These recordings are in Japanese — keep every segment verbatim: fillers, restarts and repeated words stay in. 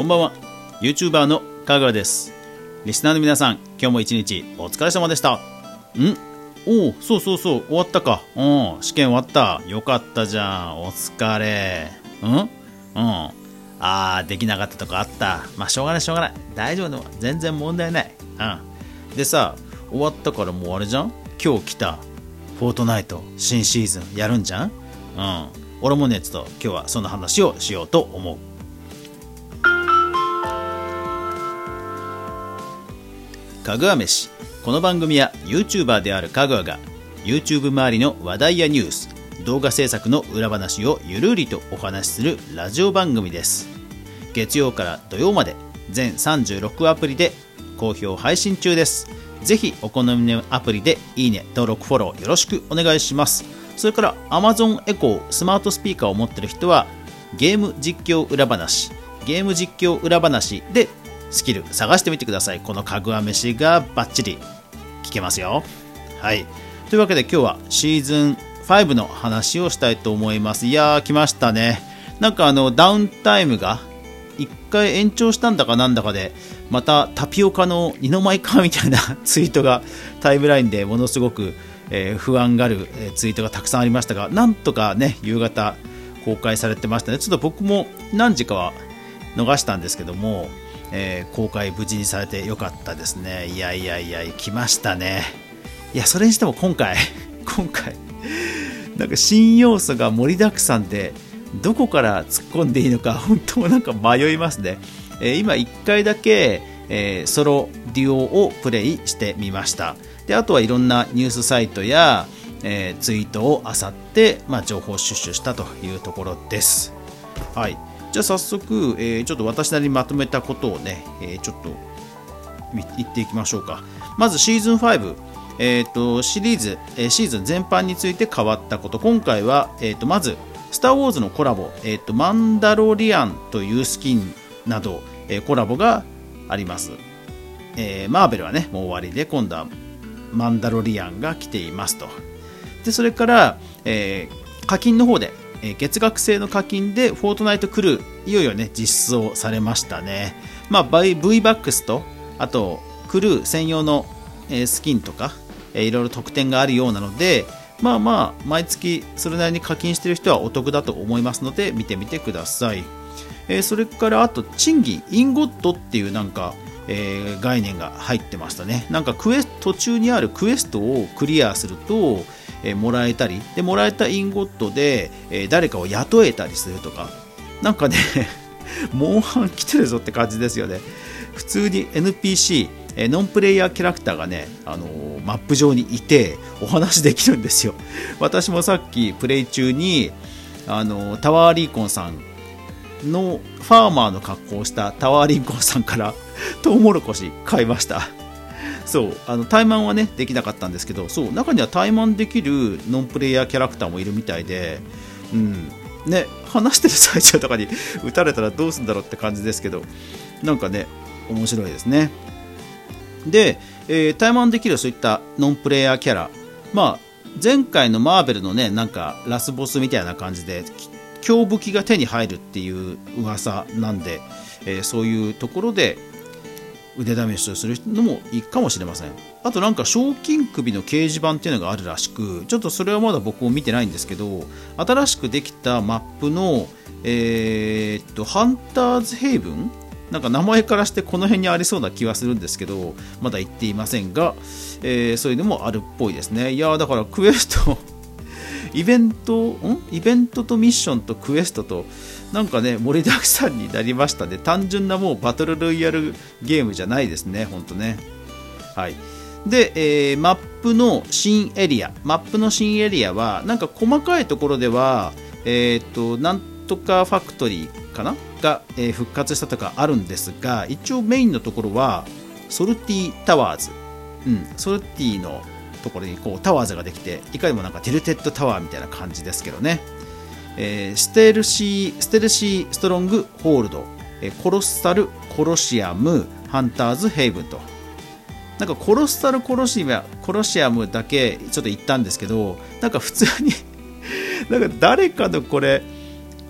んばんは。 YouTuber のかぐわです。リスナーの皆さん、今日も一日お疲れ様でした。んおお、そうそうそう、終わったか。うん、試験終わった。よかったじゃん。お疲れ。うんうんあー、できなかったとこあった。まあしょうがないしょうがない、大丈夫だ、全然問題ない。うんでさ、終わったからもうあれじゃん、今日来たフォートナイト新シーズンやるんじゃん。うん俺もね、ちょっと今日はその話をしようと思う。かぐわ飯。この番組は YouTuber であるかぐわが YouTube 周りの話題やニュース、動画制作の裏話をゆるりとお話しするラジオ番組です。月曜から土曜まで全さんじゅうろくアプリで好評配信中です。ぜひお好みのアプリでいいね、登録、フォローよろしくお願いします。それから Amazon Echo スマートスピーカーを持っている人はゲーム実況裏話、ゲーム実況裏話でスキル探してみてください。このかぐわ飯がバッチリ聞けますよ。はい。というわけで今日はシーズンごの話をしたいと思います。いやー来ましたね。なんかあのダウンタイムがいっかい延長したんだかなんだかで、またタピオカの二の舞かみたいなツイートがタイムラインでものすごく、えー、不安がる、えー、ツイートがたくさんありましたが、なんとかね夕方公開されてましたね。ちょっと僕も何時かは逃したんですけども、えー、公開無事にされてよかったですね。いやいやいや来ましたね。いやそれにしても今回今回なんか新要素が盛りだくさんで、どこから突っ込んでいいのか本当なんか迷いますね。えー、今いっかいだけ、えー、ソロデュオをプレイしてみました。であとはいろんなニュースサイトや、えー、ツイートを漁って、まあ、情報収集したというところです。はい。じゃあ早速、えー、ちょっと私なりにまとめたことをね、えー、ちょっと言っていきましょうか。まずシーズンご、えー、とシリーズ、えー、シーズン全般について変わったこと。今回は、えー、とまずスター・ウォーズのコラボ、えー、とマンダロリアンというスキンなど、えー、コラボがあります。えー、マーベルはねもう終わりで、今度はマンダロリアンが来ていますと。でそれから、えー、課金の方で月額制の課金でフォートナイトクルーいよいよね実装されましたね。まあ ブイバックス とあとクルー専用のスキンとかいろいろ特典があるようなので、まあまあ毎月それなりに課金している人はお得だと思いますので見てみてください。えー、それからあと賃金インゴットっていうなんか、えー、概念が入ってましたね。なんかクエスト途中にあるクエストをクリアするとえー、もらえたりで、もらえたインゴットで、えー、誰かを雇えたりするとか、なんかねモンハン来てるぞって感じですよね。普通に エヌピーシー、えー、ノンプレイヤーキャラクターがね、あのー、マップ上にいてお話できるんですよ。私もさっきプレイ中に、あのー、タワーリーコンさんのファーマーの格好をしたタワーリーコンさんからトウモロコシ買いました。そうあの怠慢はねできなかったんですけど、そう中には怠慢できるノンプレイヤーキャラクターもいるみたいで、うんね、話してる最中とかに撃たれたらどうするんだろうって感じですけど、なんかね面白いですね。で、えー、怠慢できるそういったノンプレイヤーキャラ、まあ前回のマーベルのねなんかラスボスみたいな感じで強武器が手に入るっていう噂なんで、えー、そういうところで腕試しをするのもいいかもしれません。あとなんか賞金首の掲示板っていうのがあるらしく、ちょっとそれはまだ僕も見てないんですけど、新しくできたマップの、えー、っとハンターズヘイブン、なんか名前からしてこの辺にありそうな気はするんですけど、まだ行っていませんが、えー、そういうのもあるっぽいですね。いやだからクエストイベントんイベントとミッションとクエストとなんかね盛りだくさんになりましたね。単純なもうバトルロイヤルゲームじゃないですね、ほんとね。はい。で、えー、マップの新エリアマップの新エリアはなんか細かいところではえー、っとなんとかファクトリーかなが、えー、復活したとかあるんですが、一応メインのところはソルティタワーズ、うん、ソルティのところにこうタワーズができて、いかにもなんかテルテッドタワーみたいな感じですけどね。えー、ステルシーステルシーストロングホールド、えー、コロッサルコロシアムハンターズヘイブンと、なんかコロッサルコロシアムコロシアムだけちょっと言ったんですけど、なんか普通になんか誰かのこれ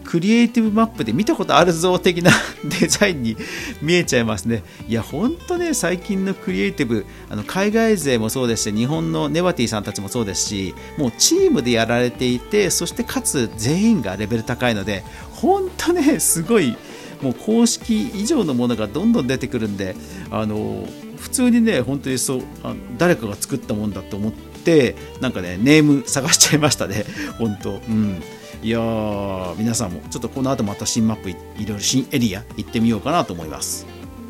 クリエイティブマップで見たことあるぞ的なデザインに見えちゃいますね。いやほんとね、最近のクリエイティブ、あの海外勢もそうですし、日本のネバティさんたちもそうですし、もうチームでやられていて、そしてかつ全員がレベル高いので、ほんとねすごい、もう公式以上のものがどんどん出てくるんで、あの普通にね本当にそう、あ誰かが作ったもんだと思って、なんかねネーム探しちゃいましたね本当。うん、いやー、皆さんもちょっとこの後また新マップ い, いろいろ新エリア行ってみようかなと思います。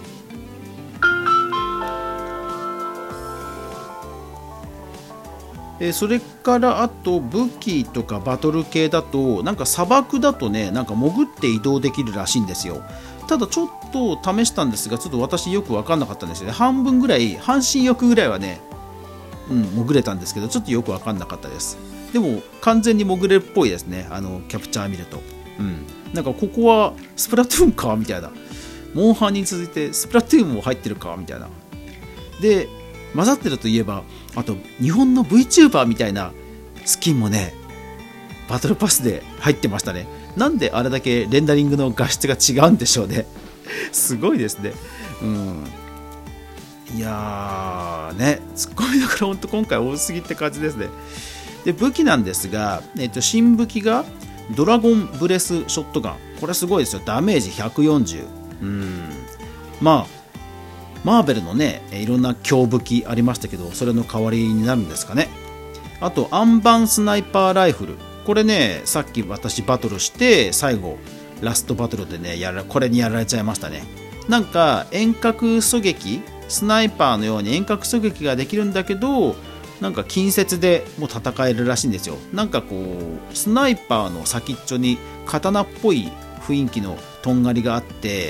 えー、それからあと武器とかバトル系だと、なんか砂漠だとね、なんか潜って移動できるらしいんですよ。ただちょっと試したんですが、ちょっと私よく分かんなかったんですよね。半分ぐらい、半身浴ぐらいはね、うん、潜れたんですけど、ちょっとよく分かんなかったです。でも完全に潜れるっぽいですね、あのキャプチャー見ると。うん、なんかここはスプラトゥーンかみたいな、モンハンに続いてスプラトゥーンも入ってるかみたいな。で混ざってるといえば、あと日本の VTuber みたいなスキンもねバトルパスで入ってましたね。なんであれだけレンダリングの画質が違うんでしょうねすごいですね。うん、いやーね、ツッコミどころ本当今回多すぎって感じですね。で武器なんですが、えっと、新武器がドラゴンブレスショットガン。これすごいですよ。ダメージひゃくよんじゅう。うん、まあマーベルのねいろんな強武器ありましたけど、それの代わりになるんですかね。あとアンバンスナイパーライフル。これね、さっき私バトルして最後ラストバトルでねやらこれにやられちゃいましたね。なんか遠隔狙撃、スナイパーのように遠隔狙撃ができるんだけど、なんか近接でもう戦えるらしいんですよ。なんかこうスナイパーの先っちょに刀っぽい雰囲気のとんがりがあって、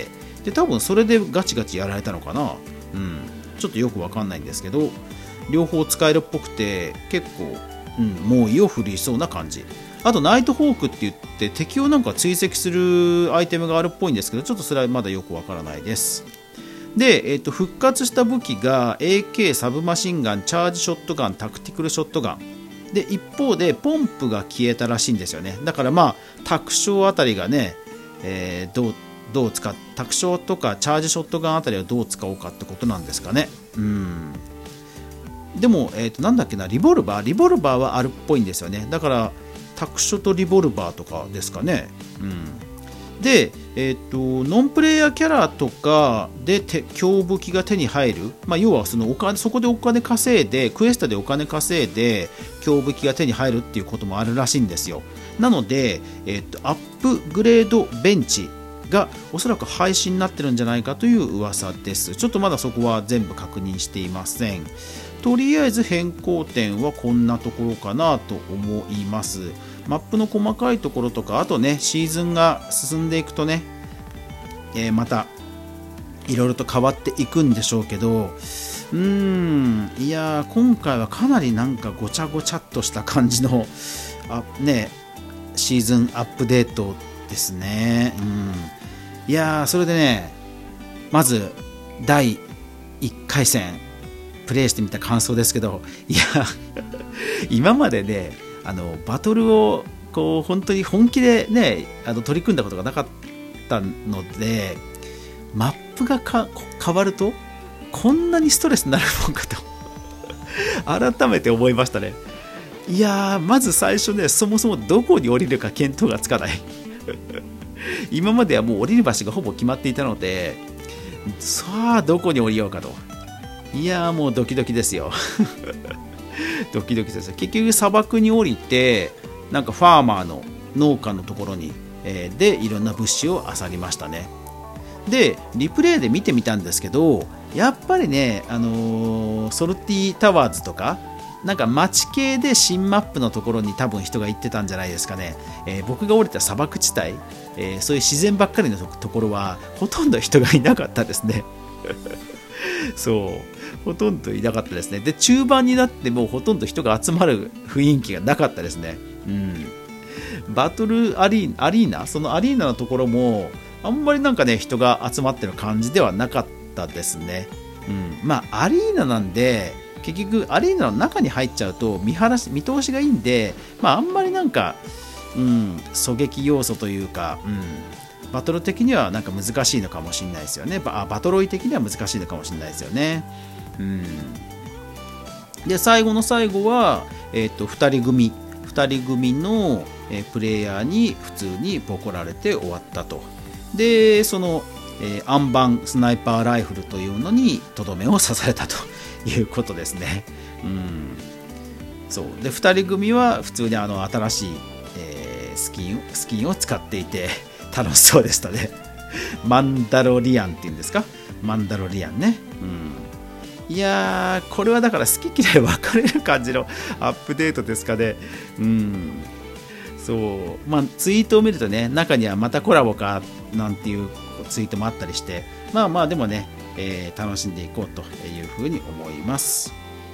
で多分それでガチガチやられたのかな。うん、ちょっとよくわかんないんですけど、両方使えるっぽくて結構、うん、猛威を振るいそうな感じ。あとナイトホークって言って敵をなんか追跡するアイテムがあるっぽいんですけど、ちょっとそれはまだよくわからないです。で、えーと、復活した武器が エーケー サブマシンガン、チャージショットガン、タクティクルショットガンで、一方でポンプが消えたらしいんですよね。だからまあ卓章あたりがね、えー、どうどう使っ卓章とかチャージショットガンあたりはどう使おうかってことなんですかね。うん、でも、えーと、なんだっけな、リボルバーリボルバーはあるっぽいんですよね。だから卓書とリボルバーとかですかね。うん、で、えーと、ノンプレイヤーキャラとかで強武器が手に入る、まあ、要はそのお金、そこでお金稼いでクエストでお金稼いで強武器が手に入るっていうこともあるらしいんですよ。なので、えーと、アップグレードベンチがおそらく廃止になってるんじゃないかという噂です。ちょっとまだそこは全部確認していません。とりあえず変更点はこんなところかなと思います。マップの細かいところとか、あとねシーズンが進んでいくとね、えー、またいろいろと変わっていくんでしょうけど、うーん、いやー今回はかなりなんかごちゃごちゃっとした感じのあ、ね、シーズンアップデートですね。うん、いやーそれでね、まずだいいっかい戦プレイしてみた感想ですけど、いや今までねあのバトルをこう本当に本気でねあの取り組んだことがなかったので、マップがか変わるとこんなにストレスになるもんかと改めて思いましたね。いやーまず最初ね、そもそもどこに降りるか見当がつかない今まではもう降りる場所がほぼ決まっていたので、さあどこに降りようかと、いやーもうドキドキですよドキドキですよ。結局砂漠に降りて、なんかファーマーの農家のところに、えー、でいろんな物資を漁りましたね。でリプレイで見てみたんですけど、やっぱりね、あのー、ソルティタワーズとかなんか街系で新マップのところに多分人が行ってたんじゃないですかね。えー、僕が降りた砂漠地帯、えー、そういう自然ばっかりのところはほとんど人がいなかったですねそうほとんどいなかったですね。で中盤になってもほとんど人が集まる雰囲気がなかったですね。うん、バトルアリーナ、アリーナそのアリーナのところもあんまりなんかね人が集まってる感じではなかったですね。うん、まあアリーナなんで結局アリーナの中に入っちゃうと見晴らし見通しがいいんで、まあ、あんまりなんかうん、狙撃要素というか、うん、バトル的にはなんか難しいのかもしれないですよね。バ, バトロイ的には難しいのかもしれないですよね。うん、で最後の最後は、えー、とふたり組ふたり組の、えー、プレイヤーに普通にボコられて終わったと。でその、えー、アンバンスナイパーライフルというのにとどめを刺されたということですね。うん、そうでふたり組は普通にあの新しい、えー、スキンスキンを使っていて楽しそうでしたね。マンダロリアンっていうんですか、マンダロリアンね。うん、いやーこれはだから好き嫌い分かれる感じのアップデートですかね。うん、そうまあツイートを見るとね、中にはまたコラボかなんていうツイートもあったりして、まあまあでもね、えー、楽しんでいこうというふうに思います。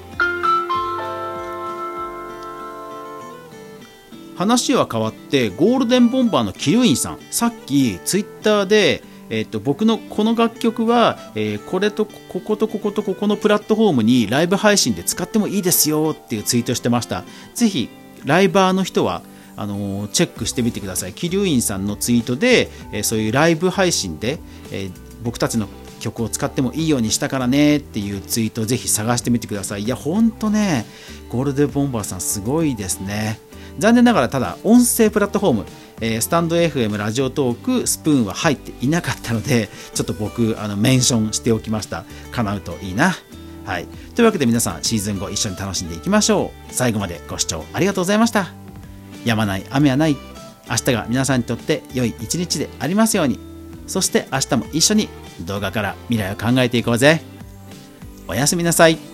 話は変わってゴールデンボンバーのキルインさん、さっきツイッターで、えー、と僕のこの楽曲は、えー、これとこことこことここのプラットフォームにライブ配信で使ってもいいですよっていうツイートしてました。ぜひライバーの人はあのー、チェックしてみてください。キルインさんのツイートで、えー、そういうライブ配信で、えー、僕たちの曲を使ってもいいようにしたからねっていうツイートをぜひ探してみてください。いやほんとね、ゴールデンボンバーさんすごいですね。残念ながらただ音声プラットフォーム、えー、スタンド エフエム ラジオトークスプーンは入っていなかったので、ちょっと僕あのメンションしておきました。叶うといいな。はい、というわけで皆さんシーズンご一緒に楽しんでいきましょう。最後までご視聴ありがとうございました。やまない雨はない。明日が皆さんにとって良い一日でありますように。そして明日も一緒に動画から未来を考えていこうぜ。おやすみなさい。